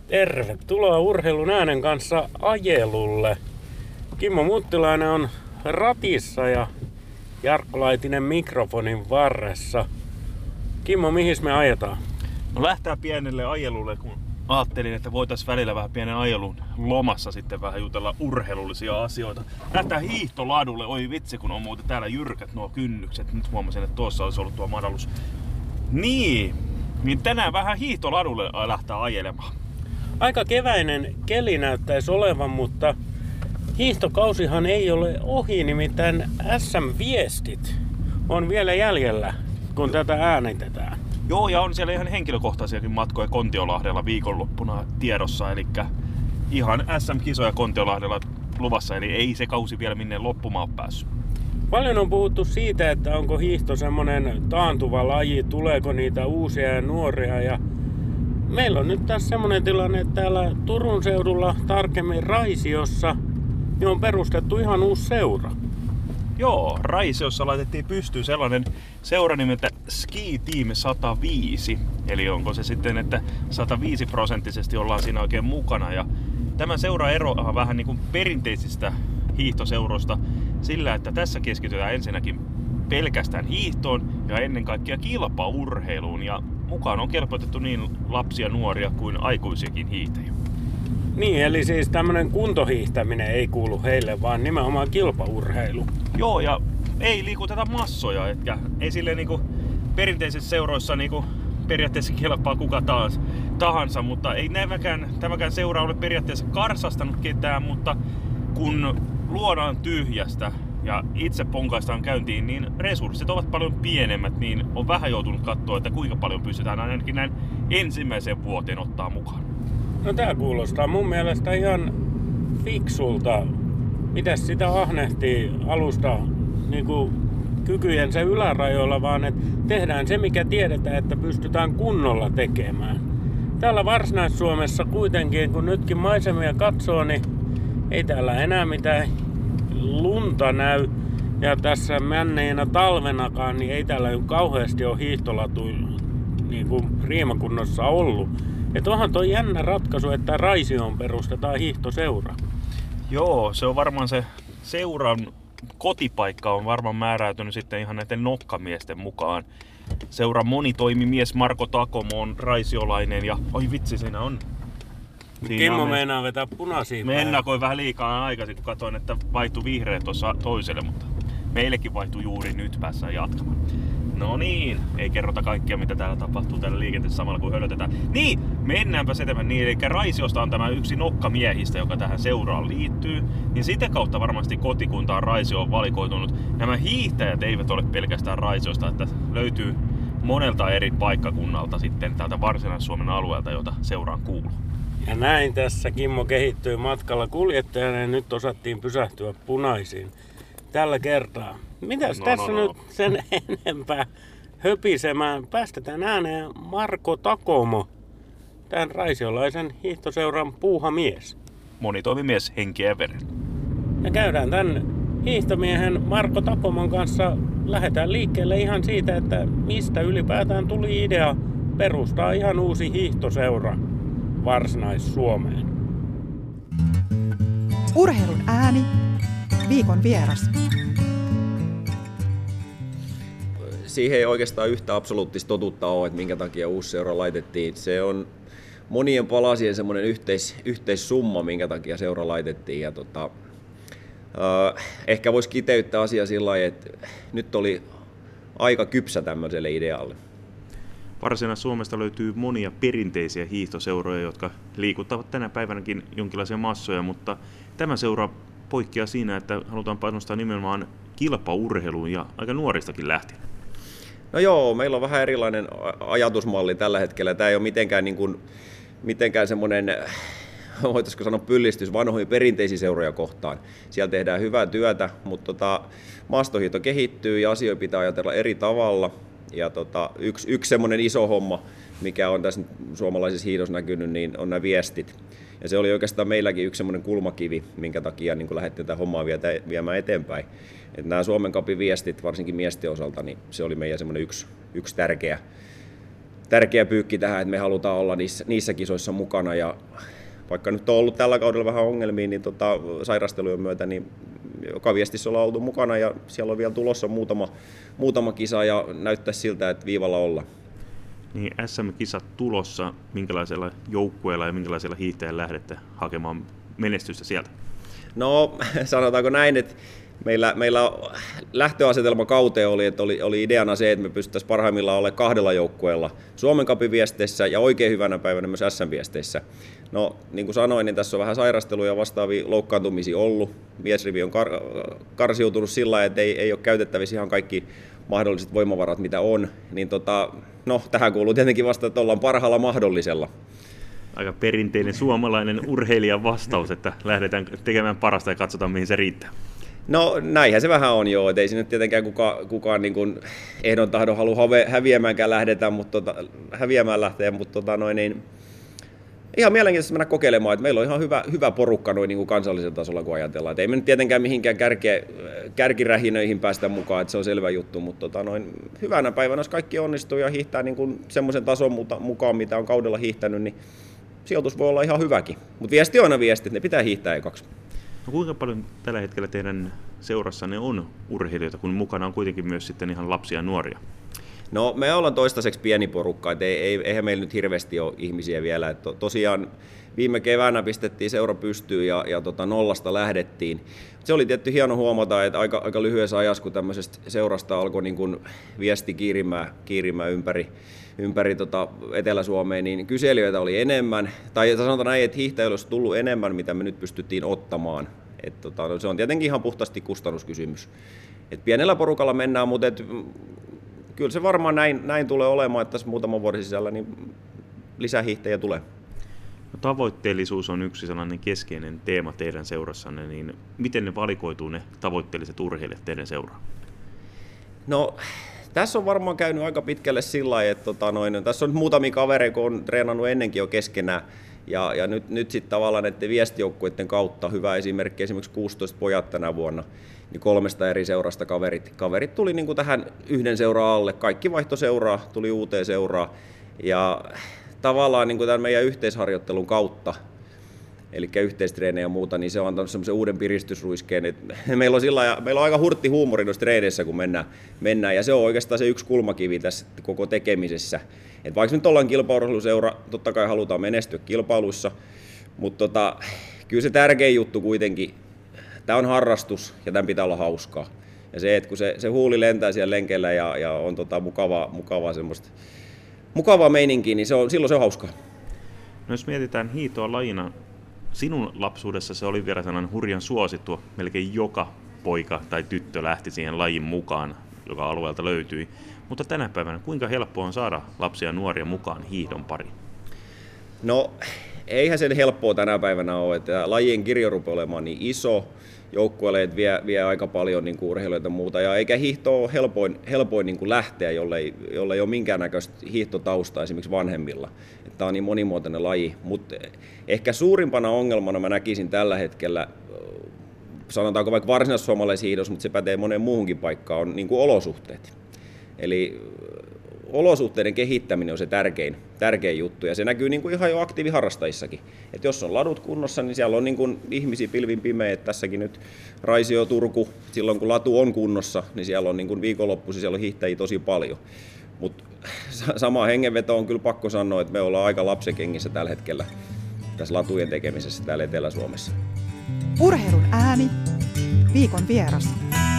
Tervetuloa Urheilun äänen kanssa ajelulle. Kimmo Muttilainen on ratissa ja Jarkko Laitinen mikrofonin varressa. Kimmo, mihin me ajetaan? No lähtää pienelle ajelulle, kun ajattelin, että voitaisiin välillä vähän pienen ajelun lomassa sitten vähän jutella urheilullisia asioita. Lähtää hiihtoladulle. Oi vitsi, kun on muuten täällä jyrkät nuo kynnykset. Nyt huomasin, että tuossa olisi ollut tuo madallus. Niin tänään vähän hiihtoladulle lähtää ajelemaan. Aika keväinen keli näyttäisi olevan, mutta hiihtokausihan ei ole ohi, nimittäin SM-viestit on vielä jäljellä, kun tätä äänitetään. Joo, ja on siellä ihan henkilökohtaisiakin matkoja Kontiolahdella viikonloppuna tiedossa, eli ihan SM-kisoja Kontiolahdella luvassa, eli ei se kausi vielä minne loppumaan päässyt. Paljon on puhuttu siitä, että onko hiihto semmoinen taantuva laji, tuleeko niitä uusia ja nuoria, ja meillä on nyt tässä semmoinen tilanne, että täällä Turun seudulla, tarkemmin Raisiossa, niin on perustettu ihan uusi seura. Joo, Raisiossa laitettiin pystyyn sellainen seura nimeltä Ski Team 105. Eli onko se sitten, että 105% ollaan siinä oikein mukana. Ja tämä seura eroaa vähän niin kuin perinteisistä hiihtoseuroista sillä, että tässä keskitytään ensinnäkin pelkästään hiihtoon ja ennen kaikkea kilpaurheiluun. Ja mukaan on kelpoitettu niin lapsia, nuoria kuin aikuisiakin hiihtäjiä. Niin, eli siis tämmönen kuntohiihtäminen ei kuulu heille, vaan nimenomaan kilpaurheilu. Joo, ja ei liikuteta massoja, etkä ei silleen niinku perinteisissä seuroissa niinku periaatteessa kelpaa kuka tahansa, mutta ei tämäkään seura ole periaatteessa karsastanut ketään, mutta kun luodaan tyhjästä ja itse ponkaistaan käyntiin, niin resurssit ovat paljon pienemmät, niin on vähän joutunut katsoa, että kuinka paljon pystytään ainakin näin ensimmäiseen vuoteen ottaa mukaan. No tää kuulostaa mun mielestä ihan fiksulta. Mitäs sitä ahnehtii alusta niinku kykyjensä ylärajoilla, vaan että tehdään se, mikä tiedetään, että pystytään kunnolla tekemään. Täällä Varsinais-Suomessa kuitenkin, kun nytkin maisemia katsoo, niin ei täällä enää mitään lunta näy. Ja tässä menneinä talvenakaan, niin ei täällä kauheasti ole hiihtolatuilla niin kuin riimakunnossa ollut. Että onhan toi jännä ratkaisu, että Raisioon perustetaan hiihtoseura. Joo, se on varmaan se seuran kotipaikka on varmaan määräytynyt sitten ihan näiden nokkamiesten mukaan. Seuran monitoimimies Marko Takomo on raisiolainen ja oi vitsi, siinä on. Kimmo meinaa vetää punaisia. Me ennakoin vähän liikaa aikaisin, kun katsoin, että vaihtui vihreät tuossa toiselle, mutta meillekin vaihtui juuri nyt, päässään jatkamaan. No niin, ei kerrota kaikkia mitä täällä tapahtuu täällä liikenteessä samalla kun hölötetään. Niin, mennäänpä eteenpäin niin, eli Raisiosta on tämä yksi nokkamiehistä, joka tähän seuraan liittyy. Niin sitä kautta varmasti kotikuntaan Raisio on valikoitunut. Nämä hiihtäjät eivät ole pelkästään Raisiosta, että löytyy monelta eri paikkakunnalta sitten täältä Varsinais-Suomen alueelta, jota seuraan kuuluu. Ja näin tässä Kimmo kehittyy matkalla kuljettajana ja nyt osattiin pysähtyä punaisiin tällä kertaa. Mitäs tässä nyt sen enempää höpisemään? Päästetään ääneen Marko Takomo, tämän raisiolaisen hiihtoseuran puuhamies. Monitoimimies henkeä ja veren. Ja käydään tämän hiihtomiehen Marko Takomon kanssa, lähdetään liikkeelle ihan siitä, että mistä ylipäätään tuli idea perustaa ihan uusi hiihtoseura Varsinais-Suomeen. Urheilun ääni, viikon vieras. Siihen ei oikeastaan yhtä absoluuttista totuutta ole, että minkä takia uusi seura laitettiin. Se on monien palasien semmoinen yhteissumma, minkä takia seura laitettiin. Ja ehkä voisi kiteyttää asiaa sillä lailla, että nyt oli aika kypsä tämmöiselle idealle. Varsinais-Suomesta löytyy monia perinteisiä hiihtoseuroja, jotka liikuttavat tänä päivänäkin jonkinlaisia massoja, mutta tämä seura poikkeaa siinä, että halutaan panostaa nimenomaan kilpaurheiluun ja aika nuoristakin lähtien. No joo, meillä on vähän erilainen ajatusmalli tällä hetkellä. Tämä ei ole mitenkään semmoinen, voitaisiko sanoa pyllistys vanhoihin perinteisiin seuroja kohtaan. Siellä tehdään hyvää työtä, mutta maastohiihto kehittyy ja asioita pitää ajatella eri tavalla. Ja yksi semmoinen iso homma, mikä on tässä suomalaisessa hiihdossa näkynyt, niin on nämä viestit. Ja se oli oikeastaan meilläkin yksi semmoinen kulmakivi, minkä takia niin lähdettiin tätä hommaa viemään eteenpäin. Että nämä Suomen Cupin viestit, varsinkin miesten osalta, niin se oli meidän semmoinen yksi tärkeä tärkeä pyykki tähän, että me halutaan olla niissä kisoissa mukana. Ja vaikka nyt on ollut tällä kaudella vähän ongelmia, niin sairastelujen myötä, niin joka viestissä ollaan oltu mukana ja siellä on vielä tulossa muutama kisa ja näyttää siltä, että viivalla ollaan. Niin SM-kisat tulossa, minkälaisella joukkueella ja minkälaisella hiihtäjällä lähdette hakemaan menestystä sieltä? No sanotaanko näin, että meillä lähtöasetelma kauteen oli, että oli ideana se, että me pystyttäisiin parhaimmillaan olemaan 2 joukkueella Suomen Cupin viesteissä ja oikein hyvänä päivänä myös SM-viesteissä. No niin kuin sanoin, niin tässä on vähän sairasteluja ja vastaavia loukkaantumisia ollut. Miesrivi on karsiutunut sillä lailla, että ei ole käytettävissä ihan kaikki mahdolliset voimavarat, mitä on. Niin no tähän kuuluu tietenkin vasta, että ollaan parhaalla mahdollisella. Aika perinteinen suomalainen urheilijan vastaus, että lähdetään tekemään parasta ja katsotaan, mihin se riittää. No näinhän se vähän on joo, että ei sinne tietenkään kukaan niin kuin ehdon tahdon halua häviämäänkään häviämään lähteä, mutta niin, ihan mielenkiintoista mennä kokeilemaan, että meillä on ihan hyvä porukka noin niin kuin kansallisella tasolla, kun ajatellaan. Että ei me nyt tietenkään mihinkään kärkirähinöihin päästä mukaan, että se on selvä juttu, mutta hyvänä päivänä, jos kaikki onnistuu ja hiihtää niin kuin semmoisen tason mukaan, mitä on kaudella hiihtänyt, niin sijoitus voi olla ihan hyväkin. Mutta viesti on aina viesti, että ne pitää hiihtää ekaksi. No kuinka paljon tällä hetkellä teidän seurassanne on urheilijoita, kun mukana on kuitenkin myös sitten ihan lapsia ja nuoria? No me ollaan toistaiseksi pieni porukka, että eihän meillä nyt hirveästi ole ihmisiä vielä. Että tosiaan viime keväänä pistettiin seura pystyyn ja nollasta lähdettiin. Se oli tietty hieno huomata, että aika lyhyessä ajassa, kun tämmöisestä seurasta alkoi niin kuin viesti kiirimään ympäri Etelä-Suomeen, niin kyselijöitä oli enemmän. Tai sanotaan näin, että hiihtäjillä olisi tullut enemmän, mitä me nyt pystyttiin ottamaan. Että se on tietenkin ihan puhtaasti kustannuskysymys. Et pienellä porukalla mennään, mutta kyllä se varmaan näin tulee olemaan, että tässä muutaman vuoden sisällä niin lisää hiihtäjiä tulee. No, tavoitteellisuus on yksi sellainen keskeinen teema teidän seurassanne, niin miten ne valikoituu ne tavoitteelliset urheilijat teidän seuraan? No tässä on varmaan käynyt aika pitkälle sillä lailla, että tässä on nyt muutamia kavereita, kun on treenannut ennenkin jo keskenään. Ja nyt sitten tavallaan näiden viestijoukkueiden kautta, hyvä esimerkki, esimerkiksi 16 pojat tänä vuonna, niin 3 eri seurasta kaverit tuli niin kuin tähän yhden seuran alle, kaikki vaihto seuraa, tuli uuteen seuraan. Ja tavallaan niin kuin tämän meidän yhteisharjoittelun kautta, eli yhteistreenejä ja muuta, niin se on antanut semmoisen uuden piristysruiskeen. Meillä on aika hurtti huumori noissa treeneissä, kun mennään, ja se on oikeastaan se yksi kulmakivi tässä koko tekemisessä. Et vaikka nyt ollaan kilpaurheiluseura, totta kai halutaan menestyä kilpailuissa, mutta kyllä se tärkein juttu kuitenkin, tämä on harrastus ja tämän pitää olla hauskaa. Ja se, että kun se huuli lentää siellä lenkellä ja on mukavaa meininkiä, niin silloin se on hauskaa. No jos mietitään hiihtoa lajina, sinun lapsuudessa se oli vielä sellainen hurjan suosittu, melkein joka poika tai tyttö lähti siihen lajin mukaan, joka alueelta löytyi. Mutta tänä päivänä, kuinka helppoa on saada lapsia ja nuoria mukaan hiihdon pariin? No, eihän se helppoa tänä päivänä ole, että lajien kirjo rupeaa olemaan niin iso, joukkueet vie aika paljon niin kuin urheilijoita ja muuta, ja eikä hiihto ole helpoin niin kuin lähteä, jollei ole minkäännäköistä hiihtotaustaa esimerkiksi vanhemmilla. Tämä on niin monimuotoinen laji, mutta ehkä suurimpana ongelmana mä näkisin tällä hetkellä, sanotaanko vaikka varsinaissuomalaisessa hiihdossa, mutta se pätee moneen muuhunkin paikkaan, on niin kuin olosuhteet. Eli olosuhteiden kehittäminen on se tärkein juttu, ja se näkyy niin kuin ihan jo aktiiviharrastajissakin. Et jos on ladut kunnossa, niin siellä on niin kuin ihmisiä pilvin pimeä, tässäkin nyt Raisio, Turku, silloin kun latu on kunnossa, niin siellä on niin kuin viikonloppuisin, siellä on hiihtäjiä tosi paljon. Mutta sama hengenveto on kyllä pakko sanoa, että me ollaan aika lapsekengissä tällä hetkellä tässä latujen tekemisessä täällä Etelä-Suomessa. Urheilun ääni, viikon vieras.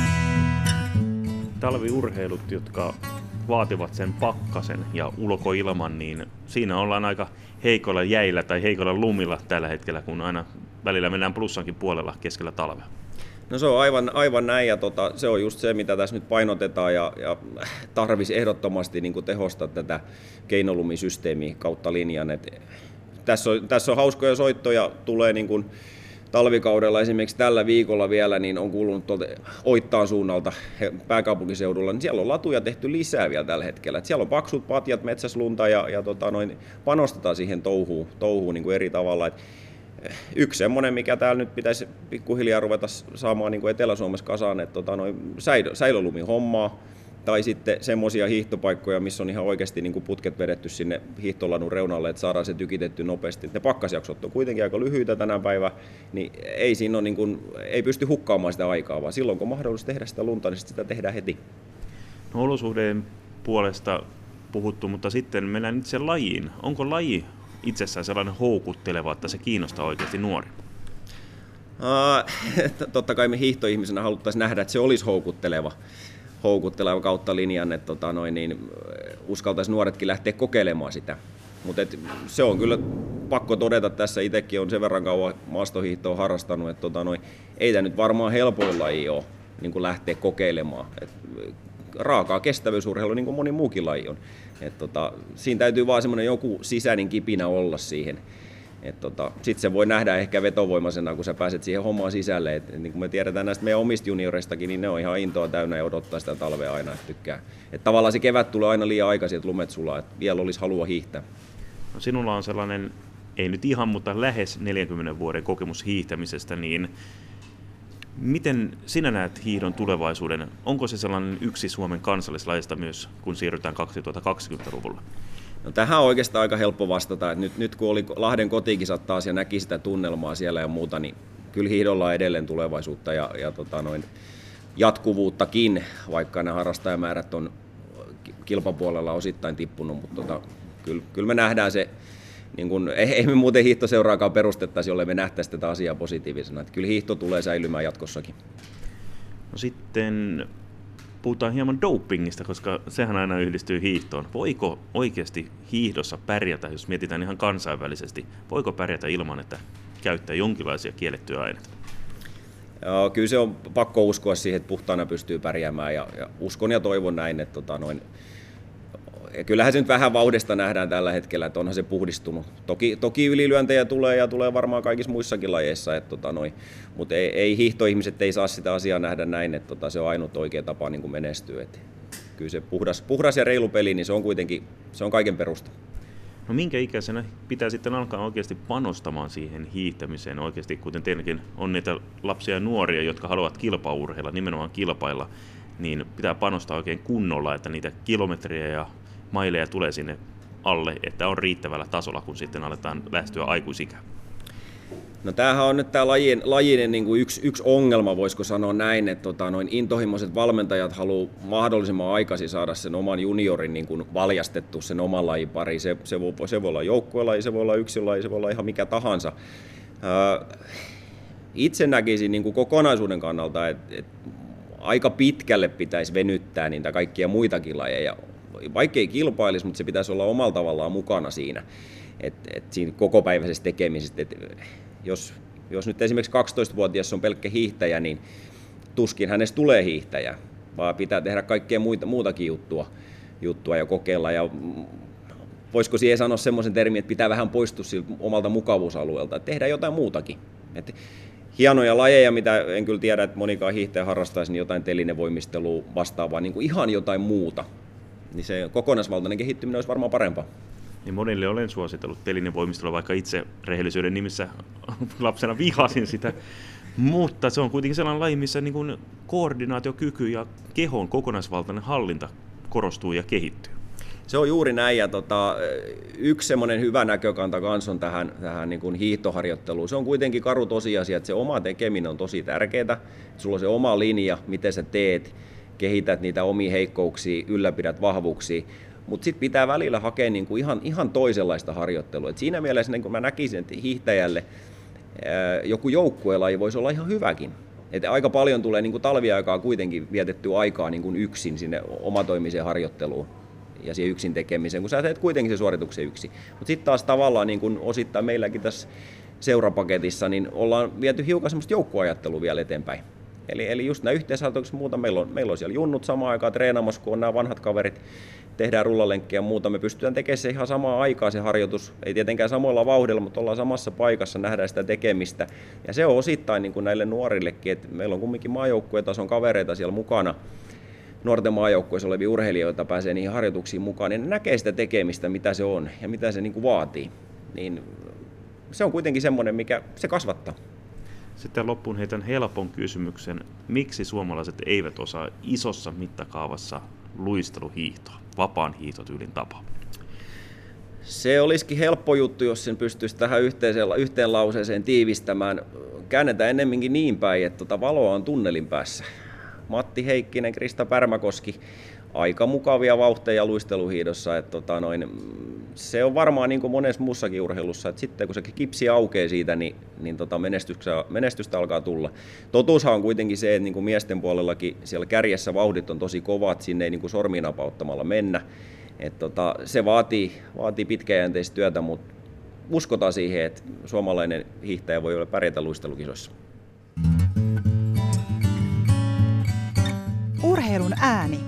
Talviurheilut, jotka vaativat sen pakkasen ja ulkoilman, niin siinä ollaan aika heikolla jäillä tai heikolla lumilla tällä hetkellä, kun aina välillä mennään plussankin puolella keskellä talvea. No se on aivan näin, ja se on just se, mitä tässä nyt painotetaan, ja tarvitsisi ehdottomasti niin kuin tehostaa tätä keinolumisysteemiä kautta linjan. Tässä on hauskoja soittoja, tulee niin kuin talvikaudella esimerkiksi tällä viikolla vielä, niin on kuulunut Oittaan suunnalta pääkaupunkiseudulla, niin siellä on latuja tehty lisää vielä tällä hetkellä. Siellä on paksut patjat, metsäslunta ja panostetaan siihen touhuun niin kuin eri tavalla. Yksi semmoinen, mikä täällä nyt pitäisi pikkuhiljaa ruveta saamaan niin kuin Etelä-Suomessa kasaan, että säilölumihommaa. Tai sitten semmoisia hiihtopaikkoja, missä on ihan oikeasti niin kuin putket vedetty sinne hiihtoladun reunalle, että saadaan se tykitetty nopeasti. Ne pakkasjaksot on kuitenkin aika lyhyitä tänä päivänä, niin ei siinä ole niin kuin, ei pysty hukkaamaan sitä aikaa, vaan silloin kun on mahdollista tehdä sitä lunta, niin sitä tehdään heti. No, olosuhteen puolesta puhuttu, mutta sitten mennään itse lajiin. Onko laji itsessään sellainen houkutteleva, että se kiinnostaa oikeasti nuori? Totta kai me hiihtoihmisenä haluttaisiin nähdä, että se olisi houkutteleva kautta linjan, että uskaltaisi nuoretkin lähteä kokeilemaan sitä. Mutta se on kyllä pakko todeta tässä, itsekin on sen verran kauan maastohiihtoa harrastanut, että ei tämä nyt varmaan helpoin laji ole niin kuin lähteä kokeilemaan. Raakaa kestävyysurheilu niin kuin moni muukin laji on. Siinä täytyy vaan semmoinen joku sisäinen kipinä olla siihen. Sitten se voi nähdä ehkä vetovoimaisena, kun sä pääset siihen hommaan sisälle. Niin kuin me tiedetään näistä meidän omista junioreistakin, niin ne on ihan intoa täynnä ja odottaa sitä talvea aina, että tykkää. Tavallaan se kevät tulee aina liian aikaisin, että lumet sulaa, että vielä olisi halua hiihtää. No, sinulla on sellainen, ei nyt ihan, mutta lähes 40 vuoden kokemus hiihtämisestä, niin miten sinä näet hiihdon tulevaisuuden? Onko se sellainen yksi Suomen kansallislajista myös, kun siirrytään 2020-luvulla? No, tähän on oikeastaan aika helppo vastata. Että nyt kun oli Lahden kotikisat taas ja näki sitä tunnelmaa siellä ja muuta, niin kyllä hiihdolla on edelleen tulevaisuutta ja jatkuvuuttakin, vaikka nämä harrastajamäärät on kilpapuolella osittain tippunut. Mutta kyllä me nähdään se, niin kun, ei me muuten hiihtoseuraakaan perustettaisi, jollei me nähtäisi tätä asiaa positiivisena. Että kyllä hiihto tulee säilymään jatkossakin. No sitten puhutaan hieman dopingista, koska sehän aina yhdistyy hiihtoon. Voiko oikeasti hiihdossa pärjätä, jos mietitään ihan kansainvälisesti, voiko pärjätä ilman, että käyttää jonkinlaisia kiellettyjä aineita? Joo, kyllä se on pakko uskoa siihen, että puhtaana pystyy pärjäämään ja uskon ja toivon näin, että ja kyllähän se nyt vähän vauhdista nähdään tällä hetkellä, että onhan se puhdistunut. Toki ylilyöntejä tulee ja tulee varmaan kaikissa muissakin lajeissa, mutta ei hiihtoihmiset ei saa sitä asiaa nähdä näin, että se on ainut oikea tapa niin kuin menestyä. Että kyllä se puhdas ja reilu peli, niin se on kuitenkin se on kaiken perusta. No, minkä ikäisenä pitää sitten alkaa oikeasti panostamaan siihen hiihtämiseen oikeasti, kuten teilläkin on niitä lapsia ja nuoria, jotka haluavat kilpaurheilla, nimenomaan kilpailla, niin pitää panostaa oikein kunnolla, että niitä kilometrejä ja maileja tulee sinne alle, että on riittävällä tasolla, kun sitten aletaan lähestyä aikuisikää. No, tämähän on nyt tämä lajinen niin kuin yksi ongelma, voisiko sanoa näin, että intohimoiset valmentajat haluaa mahdollisimman aikaisin saada sen oman juniorin niin kuin valjastettu sen oman lajin pariin. Se voi olla joukkuelaji, se voi olla yksilölaji, se voi olla ihan mikä tahansa. Itse näkisin niin kuin kokonaisuuden kannalta, että aika pitkälle pitäisi venyttää niitä kaikkia muitakin lajeja. Vaikka ei kilpailisi, mutta se pitäisi olla omalla tavallaan mukana siinä, siinä kokopäiväisessä tekemisessä. Jos nyt esimerkiksi 12-vuotias on pelkkä hiihtäjä, niin tuskin hänestä tulee hiihtäjä, vaan pitää tehdä kaikkea muutakin juttua ja kokeilla. Ja voisiko siihen sanoa semmoisen termin, että pitää vähän poistua siltä omalta mukavuusalueelta, että tehdään jotain muutakin. Hienoja lajeja, mitä en kyllä tiedä, että monikaan hiihtäjä harrastaisi, niin jotain telinevoimistelua vastaavaa, niin kuin ihan jotain muuta. Niin se kokonaisvaltainen kehittyminen olisi varmaan parempaa. Niin monille olen suositellut telinevoimistelua, vaikka itse rehellisyyden nimissä lapsena vihasin sitä. Mutta se on kuitenkin sellainen laji, missä niin kuin koordinaatiokyky ja kehon kokonaisvaltainen hallinta korostuu ja kehittyy. Se on juuri näin, ja yksi semmoinen hyvä näkökanta kanssa on tähän niin kuin hiihtoharjoitteluun. Se on kuitenkin karu tosiasia, että se oma tekeminen on tosi tärkeää. Sulla on se oma linja, miten sä teet, kehität niitä omia heikkouksia, ylläpidät vahvuuksia, mutta sitten pitää välillä hakea niin kuin ihan toisenlaista harjoittelua. Et siinä mielessä niin kuin mä näkisin, että hiihtäjälle joku joukkuelaji voisi olla ihan hyväkin. Et aika paljon tulee niin kuin talviaikaa kuitenkin vietettyä aikaa niin kuin yksin sinne omatoimiseen harjoitteluun ja siihen yksin tekemiseen, kun sä teet kuitenkin se suorituksen yksin. Mutta sitten taas tavallaan niin kuin osittain meilläkin tässä seurapaketissa niin ollaan viety hiukan semmoista joukkueajattelua vielä eteenpäin. Eli just nämä yhteisharjoitukset muuta, meillä on siellä junnut samaan aikaan treenaamassa, kun on nämä vanhat kaverit, tehdään rullalenkkiä ja muuta. Me pystytään tekemään se ihan samaan aikaan se harjoitus, ei tietenkään samoilla vauhdilla, mutta ollaan samassa paikassa, nähdään sitä tekemistä. Ja se on osittain niin kuin näille nuorillekin, että meillä on kumminkin maajoukkuetason kavereita siellä mukana, nuorten maajoukkueessa olevia urheilijoita pääsee niihin harjoituksiin mukaan, niin ne näkee sitä tekemistä, mitä se on ja mitä se niin kuin vaatii. Niin se on kuitenkin semmoinen, mikä se kasvattaa. Sitten loppuun heitän helpon kysymyksen. Miksi suomalaiset eivät osaa isossa mittakaavassa luisteluhiihtoa, vapaan hiihtotyylin tapa? Se olisikin helppo juttu, jos sen pystyisi tähän yhteen lauseeseen tiivistämään. Käännetään ennemminkin niin päin, että valoa on tunnelin päässä. Matti Heikkinen, Krista Pärmäkoski, aika mukavia vauhteja luisteluhiidossa. Se on varmaan niin kuin monessa muussakin urheilussa, että sitten kun se kipsi aukeaa siitä, niin menestystä alkaa tulla. Totuushan on kuitenkin se, että niin kuin miesten puolellakin siellä kärjessä vauhdit on tosi kovat, sinne ei niin kuin sormiin napauttamalla mennä. Se vaatii pitkäjänteistä työtä, mutta uskotaan siihen, että suomalainen hiihtäjä voi pärjätä luistelukisoissa. Urheilun ääni.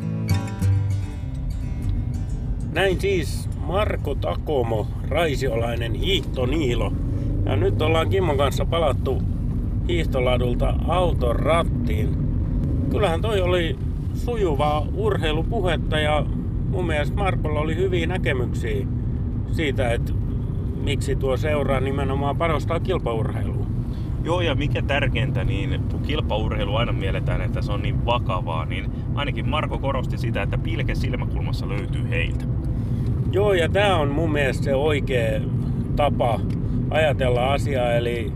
Näin siis Marko Takomo, raisiolainen hiihtoniilo. Ja nyt ollaan Kimmon kanssa palattu hiihtoladulta auton rattiin. Kyllähän toi oli sujuvaa urheilupuhetta ja mun mielestä Markolla oli hyviä näkemyksiä siitä, että miksi tuo seura nimenomaan panostaa kilpaurheiluun. Joo, ja mikä tärkeintä, niin kun kilpaurheilu aina mielletään, että se on niin vakavaa, niin ainakin Marko korosti sitä, että pilke silmäkulmassa löytyy heiltä. Joo, ja tää on mun mielestä se oikea tapa ajatella asiaa, eli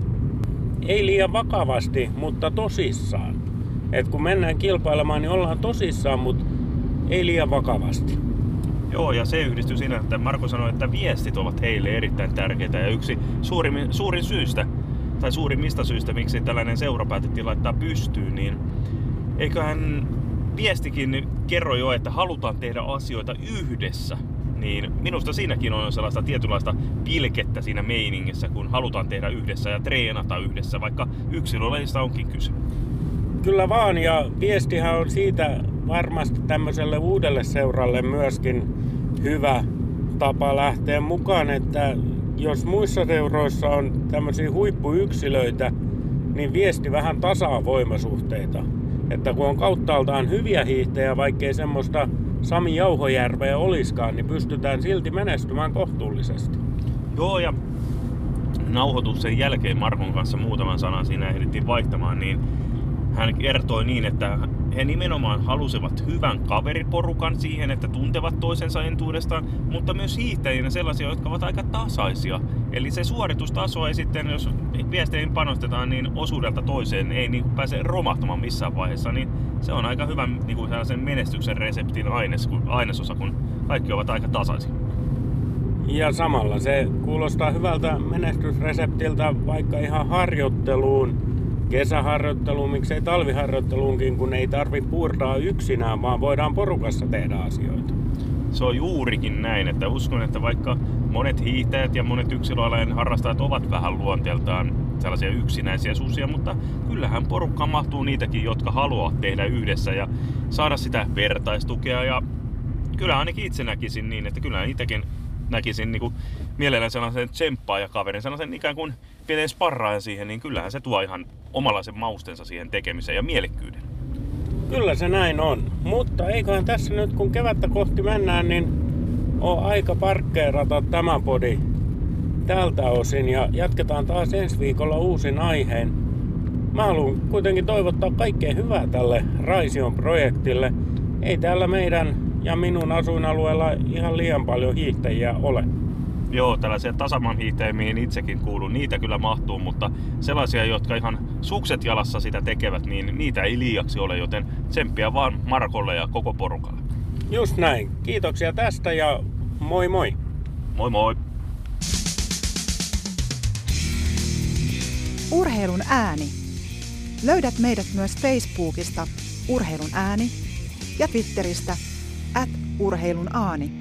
ei liian vakavasti, mutta tosissaan. Et kun mennään kilpailemaan, niin ollaan tosissaan, mutta ei liian vakavasti. Joo, ja se yhdistyy siinä, että Marko sanoi, että viestit ovat heille erittäin tärkeitä. Ja yksi suurimmista syistä, miksi tällainen seura päätettiin laittaa pystyyn, niin eiköhän viestikin kerro jo, että halutaan tehdä asioita yhdessä. Niin minusta siinäkin on sellaista tietynlaista pilkettä siinä meiningissä, kun halutaan tehdä yhdessä ja treenata yhdessä, vaikka yksilölajista onkin kyse. Kyllä vaan, ja viestihän on siitä varmasti tämmöiselle uudelle seuralle myöskin hyvä tapa lähteä mukaan, että jos muissa seuroissa on tämmöisiä huippuyksilöitä, niin viesti vähän tasaa voimasuhteita. Että kun on kauttaaltaan hyviä hiihtäjiä, vaikkei semmoista Sami Jauhojärveä oliskaan, niin pystytään silti menestymään kohtuullisesti. Joo, ja nauhoituksen jälkeen Markon kanssa muutaman sanan siinä ehdittiin vaihtamaan, niin hän kertoi niin, että he nimenomaan halusivat hyvän kaveriporukan siihen, että tuntevat toisensa entuudestaan, mutta myös hiihtäjinä sellaisia, jotka ovat aika tasaisia. Eli se suoritustaso ei sitten, jos viesteihin panostetaan, niin osuudelta toiseen ei niin pääse romahtamaan missään vaiheessa, niin se on aika hyvä niin sellaisen menestyksen reseptin ainesosa, kun kaikki ovat aika tasaisia. Ja samalla se kuulostaa hyvältä menestysreseptiltä vaikka ihan harjoitteluun, kesäharjoitteluun, miksei talviharjoitteluunkin, kun ei tarvitse puurtaa yksinään, vaan voidaan porukassa tehdä asioita. Se on juurikin näin, että uskon, että vaikka monet hiihtäjät ja monet yksilöalan harrastajat ovat vähän luonteeltaan sellaisia yksinäisiä susia, mutta kyllähän porukkaan mahtuu niitäkin, jotka haluavat tehdä yhdessä ja saada sitä vertaistukea. Ja kyllä ainakin itse näkisin niin, että kyllä itsekin näkisin niin kuin mielellään sellaisen tsemppaaja-kaverin, sellaisen ikään kuin pienen sparraajan siihen, niin kyllähän se tuo ihan omanlaisen maustensa siihen tekemiseen ja mielekkyyden. Kyllä se näin on, mutta eiköhän tässä nyt kun kevättä kohti mennään, niin on aika parkkeerata tämä podi tältä osin ja jatketaan taas ensi viikolla uusin aiheen. Mä haluan kuitenkin toivottaa kaikkea hyvää tälle Raision projektille. Ei täällä meidän ja minun asuinalueella ihan liian paljon hiihtäjiä ole. Joo, tällaisia tasaman hiihtäjiä, mihin itsekin kuuluu, niitä kyllä mahtuu, mutta sellaisia, jotka ihan sukset jalassa sitä tekevät, niin niitä ei liiaksi ole, joten tsemppiä vaan Markolle ja koko porukalle. Just näin. Kiitoksia tästä ja moi moi! Moi moi! Urheilun ääni. Löydät meidät myös Facebookista Urheilun ääni ja Twitteristä @urheilun aani.